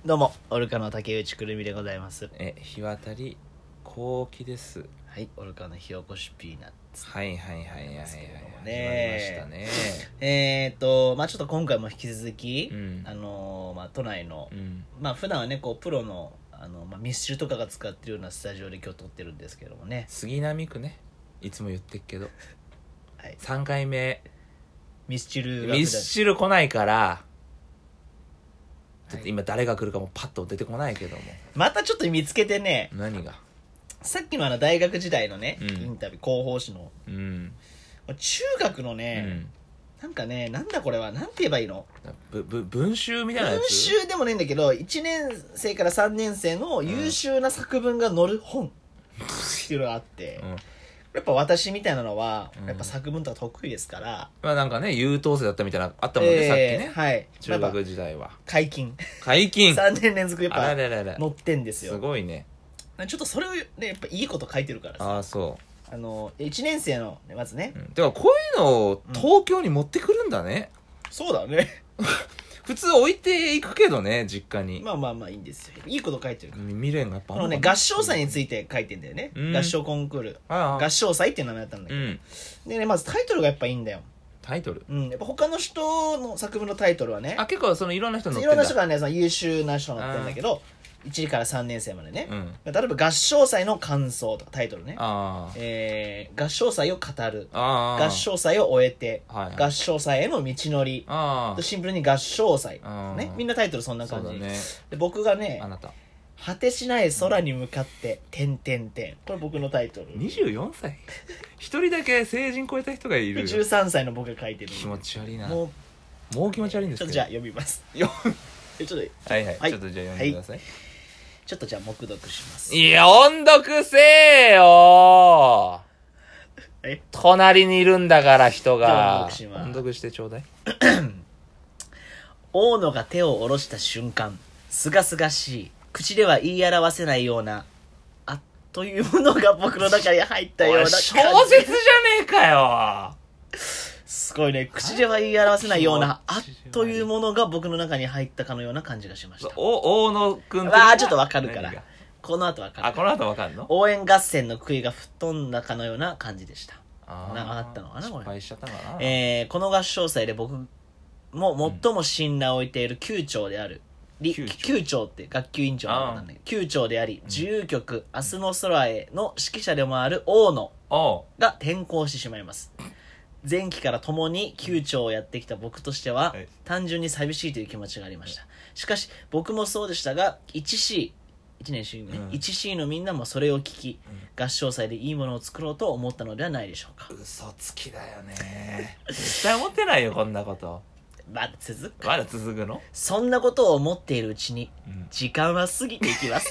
どうもオルカの竹内くるみでございます。 日渡り後期です。 はい、オルカの火起こしピーナッツ。 はいはいはいはいはい、始まりましたね。 ちょっと今回も引き続き、都内の、普段はねこうプロのミスチルとかが使ってるようなスタジオで今日撮ってるんですけどもね。 杉並区ね、いつも言ってっけど、 はい、 3回目ミスチル来ないからちょっと今誰が来るかもパッと出てこないけども、 またちょっと見つけてね、 何がさっきの大学時代のね、インタビュー広報誌の、中学のね、なんかね、なんだこれは、なんて言えばいいの、 文集みたいなやつ。 文集でもないんだけど、1年生から3年生の優秀な作文が載る本っていうのがあって、やっぱ私みたいなのはやっぱ作文とか得意ですから、 まあなんかね、優等生だったみたいなあったもんね、さっきね。 はい。 中学時代は解禁 3 年連続やっぱ載ってんですよ。 すごいね。 ちょっとそれをね、やっぱいいこと書いてるからさ。 ああ、そう。 1年生のまずね、 てかこういうのを東京に持ってくるんだね。 そうだね。 普通置いていくけどね、実家に。 まあいいんですよ。いいこと書いてるから。 未練がやっぱあるね、合唱祭について書いてんだよね。合唱コンクール。合唱祭っていう名前だったんだけど。でね、まずタイトルがやっぱいいんだよ。タイトル？やっぱ他の人の作文のタイトルはね。 結構いろんな人載ってんだ。 いろんな人がね、優秀な人載ってんだけど、1から3年生までね。例えば合唱祭の感想とかタイトルね。合唱祭を語る。合唱祭を終えて。合唱祭への道のり。シンプルに合唱祭。ね。みんなタイトルそんな感じ。で、僕がね、果てしない空に向かって、これ僕のタイトル。 24歳一人だけ成人超えた人がいるよ。 13歳の僕が書いてる。 気持ち悪いな。もう気持ち悪いんですけど。 ちょっとじゃあ読みます。ちょっとはい。ちょっとじゃあ読んでください。 ちょっとじゃあ黙読します。 いや、音読せえよ隣にいるんだから人が。音読してちょうだい。 大野が手を下ろした瞬間、すがすがしい、口では言い表せないような、というものが僕の中に入ったような感じ。 小説じゃねえかよ。 すごいね。口では言い表せないような、というものが僕の中に入ったかのような感じがしました。 大野くんちょっとわかるから。この後わかる。 この後わかるの？ 応援合戦の杭が吹っ飛んだかのような感じでした。あったのかなこれ。 失敗しちゃったかな。 この合唱祭で僕も最も信頼を置いている級長である。級長って学級委員長のことなんだけど、級長であり、自由曲、明日の空への指揮者でもある大野が転校してしまいます。前期から共に級長をやってきた僕としては、単純に寂しいという気持ちがありました。しかし、僕もそうでしたが、1年 1C のみんなもそれを聞き、合唱祭でいいものを作ろうと思ったのではないでしょうか。 嘘つきだよね。絶対思ってないよ、こんなこと。 まだ続くの？ そんなことを思っているうちに、時間は過ぎていきます。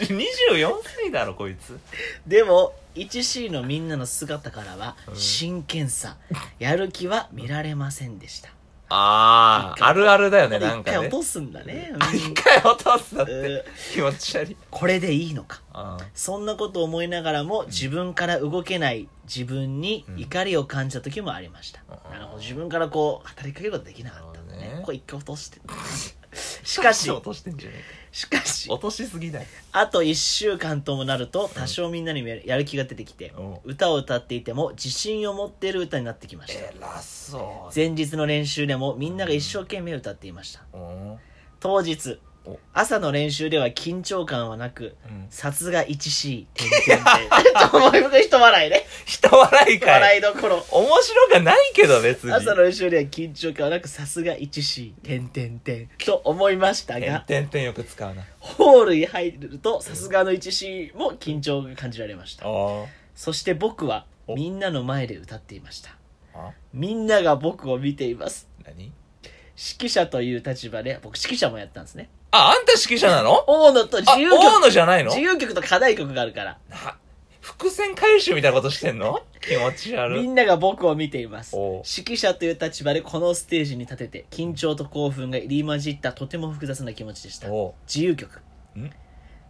24歳だろこいつ。 でも 1C のみんなの姿からは真剣さ、やる気は見られませんでした。 あるあるだよね。なんかね、 一回落とすんだね。 一回落とすだって気持ち悪い。 これでいいのか。そんなことを思いながらも、自分から動けない自分に怒りを感じた時もありました。なるほど、自分からこう働きかけることできなかったんだね。これ一回落としてしかし落としてんじゃねえか。落としすぎだよ。 あと1週間ともなると、多少みんなにやる気が出てきて、歌を歌っていても自信を持っている歌になってきました。 偉そう。 前日の練習でもみんなが一生懸命歌っていました。当日朝の練習では緊張感はなく、さすが 1C 人笑いね。 人笑いかい。 笑いどころ。 面白がないけど別に。 朝の練習では緊張感はなく、さすが 1C と思いましたが、 よく使うな。 ホールに入るとさすがの 1C も緊張が感じられました。そして僕はみんなの前で歌っていました。みんなが僕を見ています。 何？ 指揮者という立場で、僕指揮者もやったんですね。 あんた指揮者なの？ 大野と自由曲。 大野じゃないの？ 自由曲と課題曲があるから。 伏線回収みたいなことしてんの？気持ち悪い。 みんなが僕を見ています。指揮者という立場でこのステージに立てて、緊張と興奮が入り混じったとても複雑な気持ちでした。自由曲。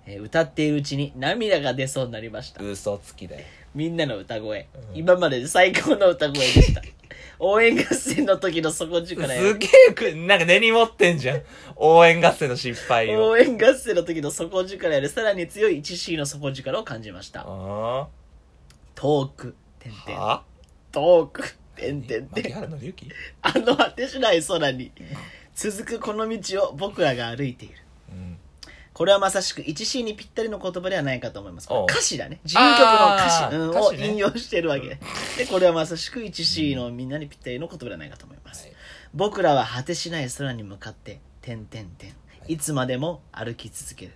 歌っているうちに涙が出そうになりました。 嘘つきだよ。 みんなの歌声、今までで最高の歌声でした。応援合戦の時の底力よりすげえなんか根に持ってんじゃん。応援合戦の失敗を。 応援合戦の時の底力よりさらに強い 1C の底力を感じました。遠くは遠く牧原紀之果てしない空に続くこの道を僕らが歩いている、これはまさしく 1C にぴったりの言葉ではないかと思います。歌詞だね。自由曲の歌詞、を引用してるわけで、これはまさしく 1C のみんなにぴったりの言葉ではないかと思います、僕らは果てしない空に向かっていつまでも歩き続ける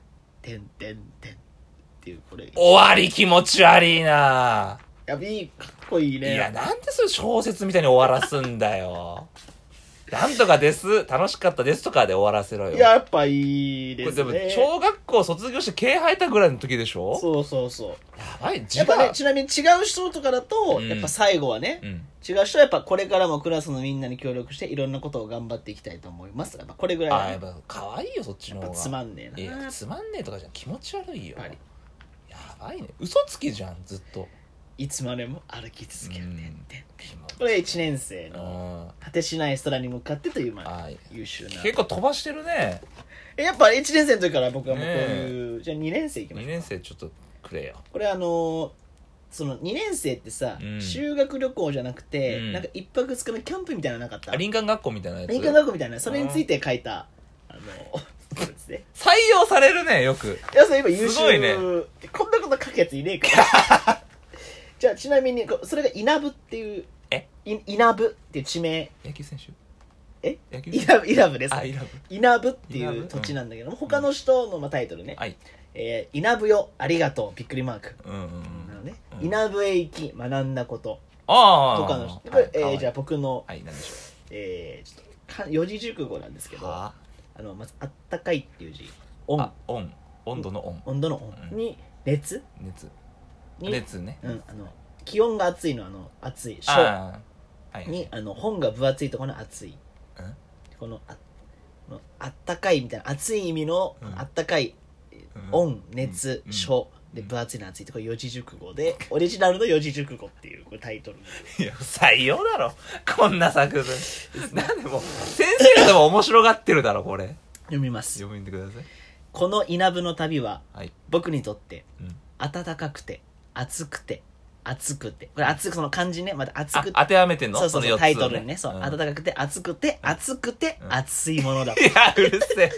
っていう、これ終わり気持ち悪いな。 やべえ、かっこいいね。 いや、なんでそれ小説みたいに終わらすんだよ。なんとかです、楽しかったですとかで終わらせろよ。 やっぱいいですね。 これでも小学校卒業して毛生えたぐらいの時でしょ。 そうやばい。 やっぱね、ちなみに違う人とかだと、やっぱ最後はね、違う人はやっぱこれからもクラスのみんなに協力していろんなことを頑張っていきたいと思います。やっぱこれぐらい、 やっぱ可愛いよ、そっちの方が。 つまんねえな。 いや、つまんねえとかじゃ気持ち悪いよ。やばいね。嘘つきじゃん、ずっと。 いつまでも歩き続けるこれ1年生の果てしない空に向かってという、優秀な。 結構飛ばしてるね。 やっぱ1年生の時から僕はもうこういう、じゃあ2年生いきましょう。 2年生ちょっとくれよ。 これその2年生ってさ、修学旅行じゃなくて、なんか1泊2日のキャンプみたいなのなかった？ 林間学校みたいなやつ。 林間学校みたいな、それについて書いたそうですね。 採用されるね、よく。 いや、それ今優秀。 すごいね。 こんなこと書くやついねえからじゃあちなみにそれが稲部っていう稲部っていう地名。 野球選手。 稲部です。稲部ってい稲う土地なんだけども、他の人のタイトルね、 はい、 稲部よありがとうびっくりマークなのね。稲部へ行き学んだこととかの人。じゃあ僕の何でしょう。 ちょっと四字熟語なんですけど、まずあったかいっていう字、温度の温度の温に熱ね。 気温が暑いの暑い暑に本が分厚いところの暑い、このあったかいみたいな熱い意味のあったかい、温熱暑で分厚いの暑いってこれ四字熟語で、オリジナルの四字熟語っていうこれタイトル。 いや採用だろこんな作文なんでも先生がでも面白がってるだろこれ。 読みます。 読みてください。 この稲部の旅は、僕にとって暖かくて暑くてこれ暑くその漢字ね、また暑くて当てはめてんの。 そうタイトルにね、暖かくて暑くて熱いものだ。 いやうるせえ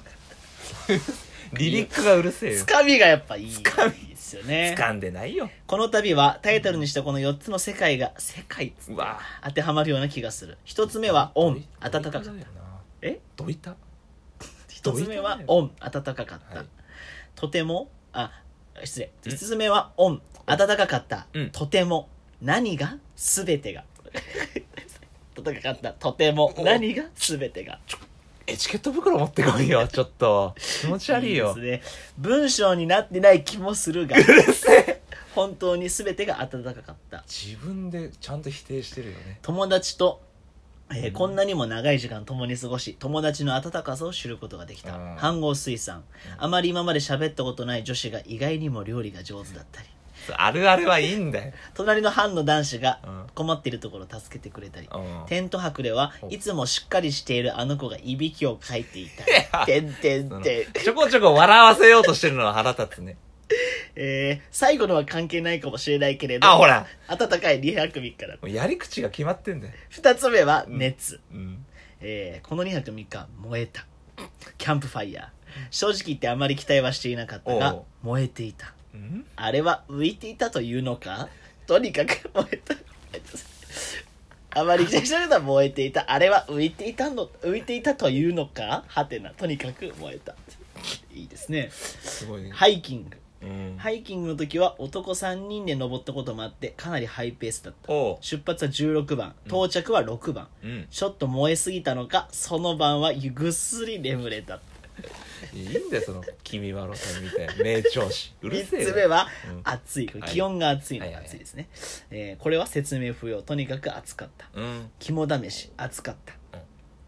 リリックがうるせえよ。 つかみがやっぱいいですよね。 掴んでないよ。 この旅はタイトルにしたこの4つの世界が当てはまるような気がする。1つ目は温、暖かかった。 どいた。 1つ目は温、暖かかった。とても失礼。1つ目は温、暖かかった。とても何が全てが暖かかった。とても何が全てが。 エチケット袋持ってこいよ。ちょっと気持ち悪いよ。 いいですね。文章になってない気もするが、 うるせえ。 本当に全てが暖かかった。 自分でちゃんと否定してるよね。 友達と、こんなにも長い時間共に過ごし、友達の温かさを知ることができた。飯合水産。あまり今まで喋ったことない女子が意外にも料理が上手だったり、 あるあるはいいんだよ。 隣の班の男子が困っているところを助けてくれたり、テント泊ではいつもしっかりしているあの子がいびきをかいていたりちょこちょこ笑わせようとしてるのは腹立つね。 最後のは関係ないかもしれないけれど、 ほら暖かい2泊3日だった。 やり口が決まってんだよ。 2つ目は熱、この2泊3日燃えた。キャンプファイヤー。正直言ってあまり期待はしていなかったが燃えていた。あれは浮いていたというのか。とにかく燃えた。あまり期待してなかった。燃えていた。あれは浮いていたというのか。はてな。とにかく燃えた。いいですね。 すごいね。 ハイキング。ハイキングの時は男3人で登ったこともあってかなりハイペースだった。出発は16番、到着は6番、ちょっと燃えすぎたのかその晩はぐっすり眠れた。 いいんだよその君はロさんみたいな名調子。うるせえ。 3つ目は暑い。気温が暑いのが暑いですね。これは説明不要。とにかく暑かった。肝試し暑かった。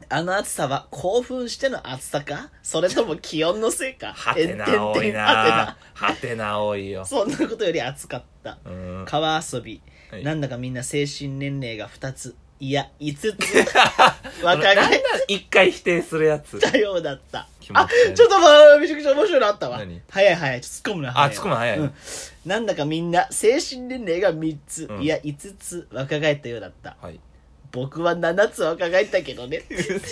あの暑さは興奮しての暑さか、それとも気温のせいか。 はてな多いな。はてな多いよ。 そんなことより暑かった。川遊び、はい、なんだかみんな精神年齢が2つ、いや5つ若返 1回否定するやつだようだった。あ、ちょっとめちゃくちゃ面白いのあったわ。早い早い、突っ込むな。 あ、突っ込む早い、 なんだかみんな精神年齢が3つ、いや5つ若返ったようだった。はい、僕は7つ若返ったけどね。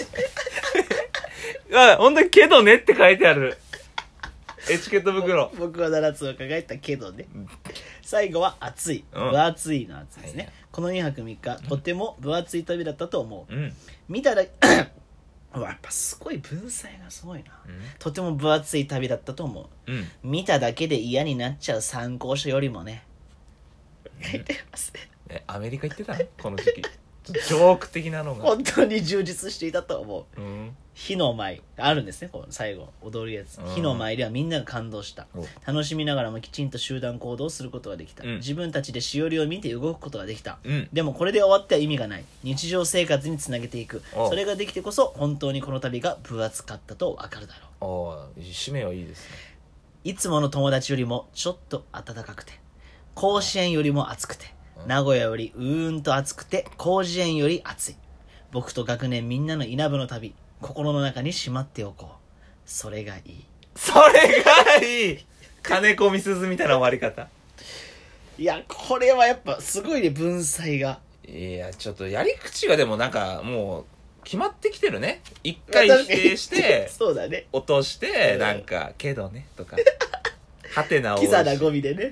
ほんとにけどねって書いてある。エチケット袋。 僕は7つ若返ったけどね。最後は暑い。分厚いの暑いですね。この2泊3日、とても分厚い旅だったと思う。見たら、やっぱすごい文才がすごいな。とても分厚い旅だったと思う。見ただけで嫌になっちゃう参考書よりもね。書いてますね。 アメリカ行ってたのこの時期。ジョーク的なのが本当に充実していたと思う。火の舞あるんですね、この最後踊るやつ。火の舞ではみんなが感動した。楽しみながらもきちんと集団行動をすることができた。自分たちでしおりを見て動くことができた。でもこれで終わっては意味がない。日常生活につなげていく。それができてこそ本当にこの旅が分厚かったと分かるだろう。締めはいいですね。 いつもの友達よりもちょっと暖かくて、甲子園よりも暑くて、名古屋よりと暑くて、広辞苑より暑い。僕と学年みんなの稲部の旅、心の中にしまっておこう。それがいい。 それがいい。金子みすずみたいな終わり方。 いや、これはやっぱすごいね、文才が。 いや、ちょっとやり口がでもなんかもう決まってきてるね。一回否定してそうだね、 落としてなんかけどねとかはてなをキザなゴミでね。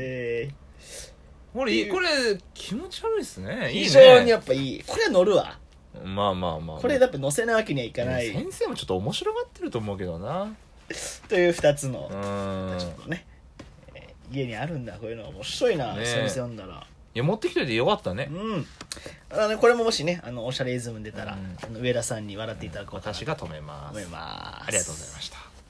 これ気持ち悪いっすね。 非常にやっぱいい。これは乗るわ。 まあ、 これだって乗せないわけにはいかない。 先生もちょっと面白がってると思うけどな。 という2つのちょっとね、家にあるんだこういうの。面白いな、久々読んだら。 いや、持ってきといてよかったね。 これももしね、おしゃれイズム出たら、上田さんに笑っていただこうと。 私が止めます。 ありがとうございました。